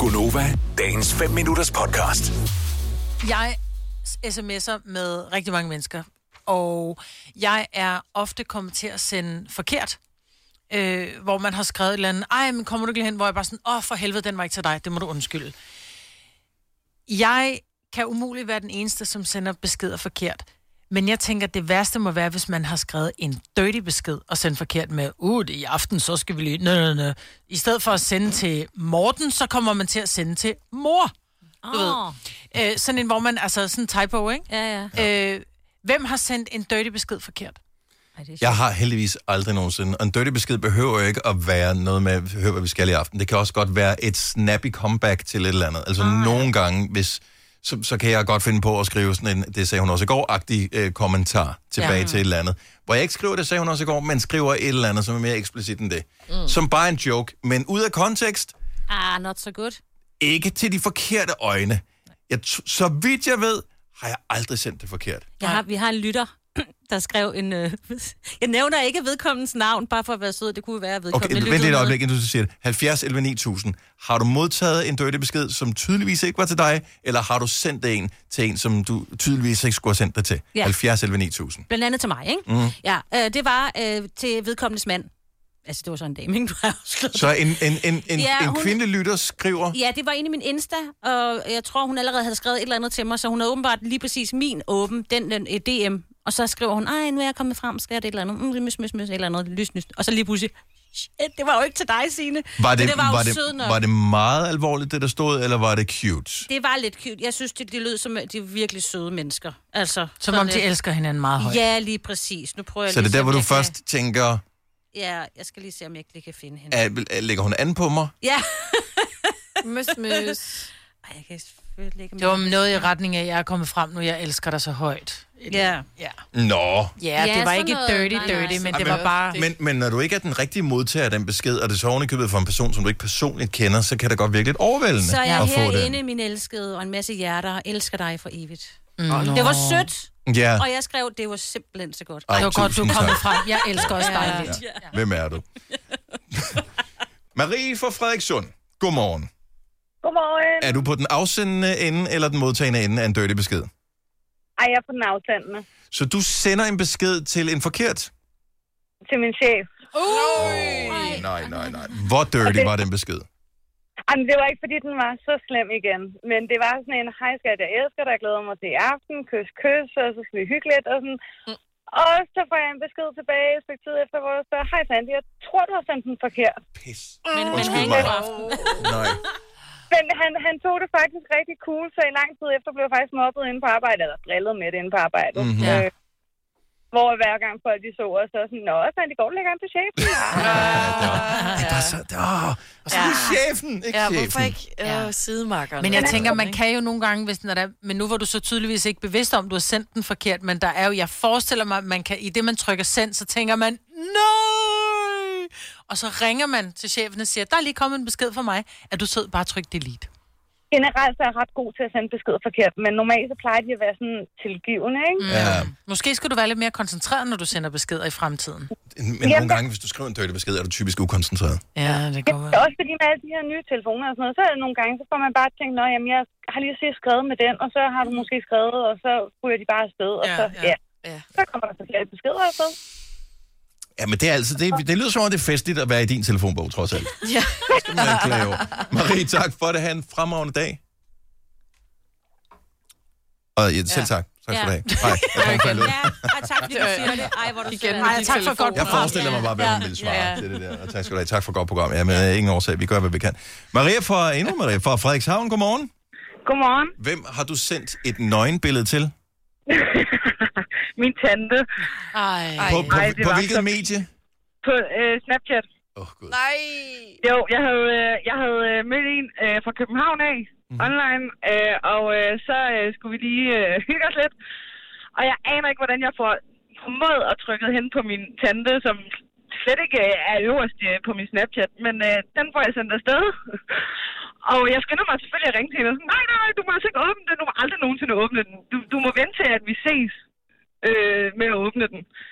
Gonova, dagens 5 minutters podcast. Jeg sms'er med rigtig mange mennesker, og jeg er ofte kommet til at sende forkert, hvor man har skrevet et eller andet, men kommer du ikke hen, hvor jeg bare sådan, for helvede, den var ikke til dig, det må du undskylde. Jeg kan umuligt være den eneste, som sender beskeder forkert, men jeg tænker, det værste må være, hvis man har skrevet en dirty besked og sendt forkert med, det er i aften, så skal vi lige, nø. I stedet for at sende til Morten, så kommer man til at sende til mor. Du ved. Sådan en, hvor man, altså sådan en typo, ikke? Ja. Hvem har sendt en dirty besked forkert? Jeg har heldigvis aldrig nogensinde. Og en dirty besked behøver ikke at være noget med, hør hvad vi skal i aften. Det kan også godt være et snappy comeback til et eller andet. Altså nogle gange, hvis så kan jeg godt finde på at skrive sådan en, det sagde hun også i går-agtig kommentar tilbage til et eller andet. Hvor jeg ikke skriver, det sagde hun også i går, men skriver et eller andet, som er mere eksplicit end det. Som bare en joke, men ud af kontekst. Not so good. Ikke til de forkerte øjne. Så vidt jeg ved, har jeg aldrig sendt det forkert. Vi har en lytter, der skrev en... jeg nævner ikke vedkommens navn, bare for at være sød. Det kunne være vedkommende. Okay, vent lidt et øjeblik, inden du siger det. 70 11 9000. Har du modtaget en dirty besked, som tydeligvis ikke var til dig, eller har du sendt en til en, som du tydeligvis ikke skulle have sendt det til? Ja. 70 11 9000. Blandt andet til mig, ikke? Ja, det var til vedkommendes mand. Altså, det var så en dame, ikke? Så en kvindelig lytter skriver... Ja, det var inde i min Insta, og jeg tror, hun allerede havde skrevet et eller andet til mig, så hun havde åbenbart lige præcis min åben, den DM, og så skriver hun, nu er jeg kommet frem, skal jeg det et eller andet, et eller andet, lys, og så lige pludselig, shit, det var jo ikke til dig, Signe. Var det meget alvorligt, det der stod, eller var det cute? Det var lidt cute. Jeg synes, det lød som, de er virkelig søde mennesker. Altså, som om de elsker hinanden meget højt. Ja, lige præs. Nu prøver jeg så det er der, hvor du først tænker... Ja, jeg skal lige se, om jeg ikke lige kan finde hende. Lægger hun an på mig? Ja. Møs. Jeg kan selvfølgelig ikke... Det var noget i retning af, at jeg er kommet frem nu, jeg elsker dig så højt. Ja. Nå. Ja, det var ikke dirty, men det var bare... Men når du ikke er den rigtige modtager af den besked, og det er så ovenikøbet for en person, som du ikke personligt kender, så kan det godt virke lidt overvældende. Så jeg er herinde, min elskede, og en masse hjerter, og elsker dig for evigt. Det var sødt. Ja. Og jeg skrev, det var simpelthen så godt. Det var godt, du er kommet frem. Jeg elsker også dig lidt. Ja. Hvem er du? Marie fra Frederikssund. Godmorgen. Godmorgen. Er du på den afsendende ende, eller den modtagende ende af en dirty besked? Ej, jeg er på den afsendende. Så du sender en besked til en forkert? Til min chef. Nej. Hvor dirty var den besked? Jamen, det var ikke, fordi den var så slem igen. Men det var sådan en, hej skat, jeg elsker dig, jeg glæder mig til i aften, kys, og så skal vi hygge lidt, og sådan. Og så får jeg en besked tilbage et stykke tid efter, hvor der står, hej Sandy, jeg tror, du har sendt den forkert. Pis. Men han Nej. Men han tog det faktisk rigtig cool, så i lang tid efter blev jeg faktisk mobbet inde på arbejde, eller drillet med det inde på arbejdet. Hvor hver gang folk de så os, så sådan, Sandy, går du lægger an til chefen? Og så er chefen, ikke chefen. Hvorfor ikke sidemarkerne? Men jeg tænker, man kan jo nogle gange, hvis den er der, men nu var du så tydeligvis ikke bevidst om, du har sendt den forkert, men der er jo, jeg forestiller mig, man kan, i det man trykker send, så tænker man, nej! Og så ringer man til chefen og siger, der er lige kommet en besked fra mig, at du sød bare tryk delete. Generelt er jeg ret god til at sende besked forkert, men normalt så plejer de at være sådan tilgivende, ikke? Ja. Måske skal du være lidt mere koncentreret, når du sender beskeder i fremtiden. Men nogle gange, hvis du skriver en dirty besked, er du typisk ukoncentreret. Ja, det går vel. Også fordi med alle de her nye telefoner og sådan noget, så er det nogle gange, så får man bare tænkt, jamen jeg har lige set skrevet med den, og så har du måske skrevet, og så ryger de bare afsted, og så kommer der forkerte beskeder afsted. Ja, men det er altså, det lyder som om, det er festligt at være i din telefonbog, trods alt. Ja. Det skal man ikke klage over. Marie, tak for det. Ha' en fremragende dag. Og selv tak. Tak for det. Hej. Tak fordi du siger det. Ej, hvor du igen. Tak for godt program. Jeg forestiller mig bare, hvad hun vil svare til det der. Og tak skal du have. Tak for godt program. Ja, men ingen årsag. Vi gør, hvad vi kan. Maria fra Frederikshavn. Godmorgen. Godmorgen. Hvem har du sendt et nøgenbillede til? Min tante. På hvilket medie? På Snapchat. Gud. Nej. Jo, jeg havde mødt en fra København af, online, og så skulle vi lige hygge os lidt. Og jeg aner ikke, hvordan jeg får formået at trykke hen på min tante, som slet ikke er øverst på min Snapchat, men den får jeg sendt afsted. Og jeg skynder mig selvfølgelig at ringe til hende og sige, nej, du må altså ikke åbne den, du må aldrig nogensinde åbne den. Du må vente til, at vi ses med at åbne den.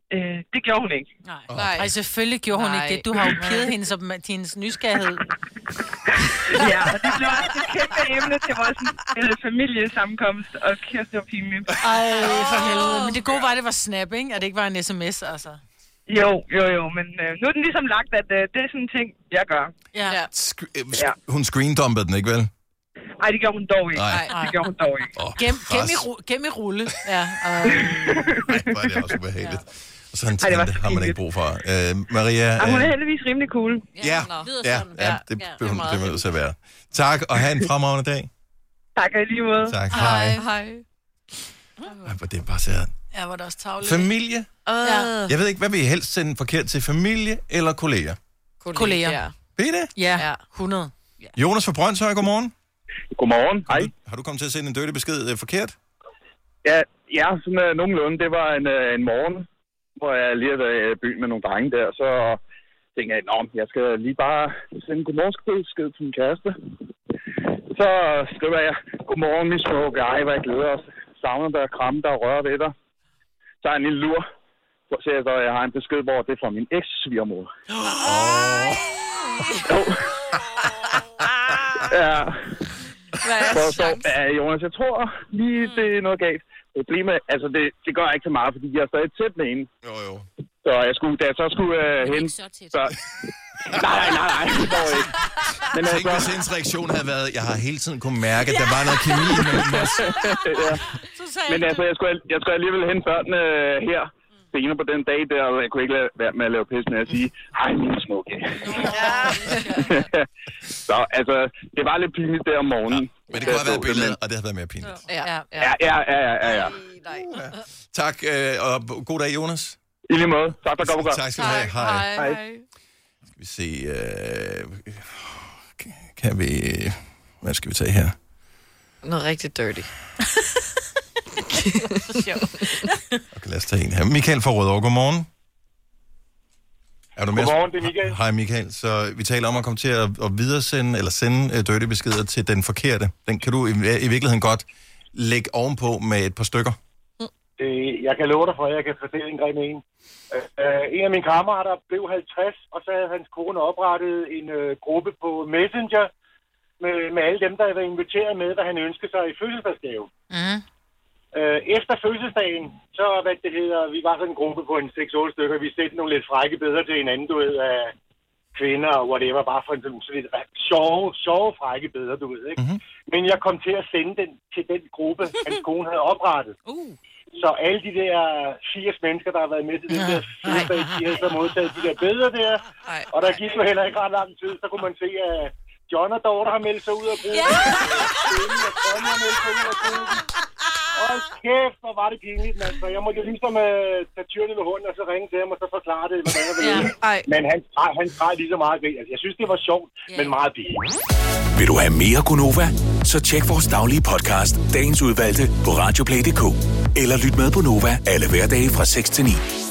Det gjorde hun ikke. Nej. Ej, selvfølgelig gjorde hun ikke det. Du har jo pirret hendes nysgerrighed. Ja, og det blev også et kæmpe emne til vores familiesammenkomst, og kæft, det var pinligt. Ej, for helvede. Men det gode var, at det var snap, ikke? At det ikke var en sms, altså. Jo, men nu er den ligesom lagt, at det er sådan en ting, jeg gør. Ja. Hun screendumpede den, ikke vel? Nej, det gjorde hun dog ikke. Det gjorde hun dog ikke. Gem i rulle. Ja. Ej, hvor er det også ubehageligt. Og sådan en tante har man ikke brug for. Maria... hun er heldigvis rimelig cool. Ja, det bliver nødt til at være. Tak, og have en fremragende dag. Tak, og i lige måde. Tak, hej. Det er bare så... Ja, var det også tavligt. Familie? Jeg ved ikke, hvad vil I helst sende forkert til? Familie eller kolleger? Kolleger. Ved I det? Ja, 100. Jonas fra Brøndshøj, godmorgen. Godmorgen, hej. Har du kommet til at sende en dirty besked forkert? Ja, sådan nogenlunde. Det var en morgen, hvor jeg lige havde været i byen med nogle drenge der, så tænkte jeg, jeg skal lige bare sende en godmorgenbesked til min kæreste. Så skriver jeg, godmorgen, min smukke, hvor jeg glæder os. Savner der, kramme der, rører ved dig. Så er en lille lur, hvor jeg har en besked, hvor det er fra min eks-svigermor. Ja. Jonas, jeg tror lige, det er noget galt. Problemet, altså det gør ikke så meget, fordi jeg er stadig tæt med hende. Jo. Så jeg skulle hente... Nej, det går ikke. Men tænk, hvis hendes reaktion havde været, jeg har hele tiden kunne mærke, at der var noget kemi mellem os. Men altså, jeg skulle alligevel hente børnene her senere på den dag der, og jeg kunne ikke lade være med at lave pis med at sige, hej, min smukke. Så altså, det var lidt pinligt der om morgenen. Men det kunne have været billedet, og det havde været mere pinligt. Ja. Tak, og god dag, Jonas. I lige måde. Tak for godt. Tak skal du have. Hej. Skal vi se... kan vi... Hvad skal vi tage her? Noget rigtig dirty. Okay, lad os tage en her. Michael fra Rødovre, godmorgen. Er du med? Godmorgen, det er Michael. Hej Michael. Så vi taler om at komme til at videresende eller sende dirty beskeder til den forkerte. Den kan du i virkeligheden godt lægge ovenpå med et par stykker. Jeg kan love dig for, at jeg kan fortælle en grim en. En af mine kammerater blev 50, og så havde hans kone oprettet en gruppe på Messenger med alle dem, der havde været inviteret med, hvad han ønskede sig i fødselsdagsgave. Efter fødselsdagen, så vi var sådan en gruppe på en 6-8 stykker, vi sendte nogle lidt frække billeder til hinanden, du ved, af kvinder og whatever, bare for sådan lidt sjove frække billeder, du ved, ikke? Men jeg kom til at sende den til den gruppe, hans kone havde oprettet. Så alle de der 80 mennesker, der har været med til den der fødselsdag, de havde så modtaget de der billeder der, og der gik jo heller ikke ret lang tid, så kunne man se, at John og Dorte har meldt sig ud af gruppen, og Sonja har meldt sig ud af gruppen. Og kæft, hvor var det pinligt, mand. Så jeg måtte jo ligesom tage tyren i hånden, og så ringe til ham, og så forklare det, hvordan jeg ville. Men han træd lige så meget grin. Altså, jeg synes, det var sjovt, men meget pinligt. Vil du have mere Gunova? Så tjek vores daglige podcast, dagens udvalgte, på radioplay.dk. Eller lyt med på Nova alle hverdage fra 6 til 9.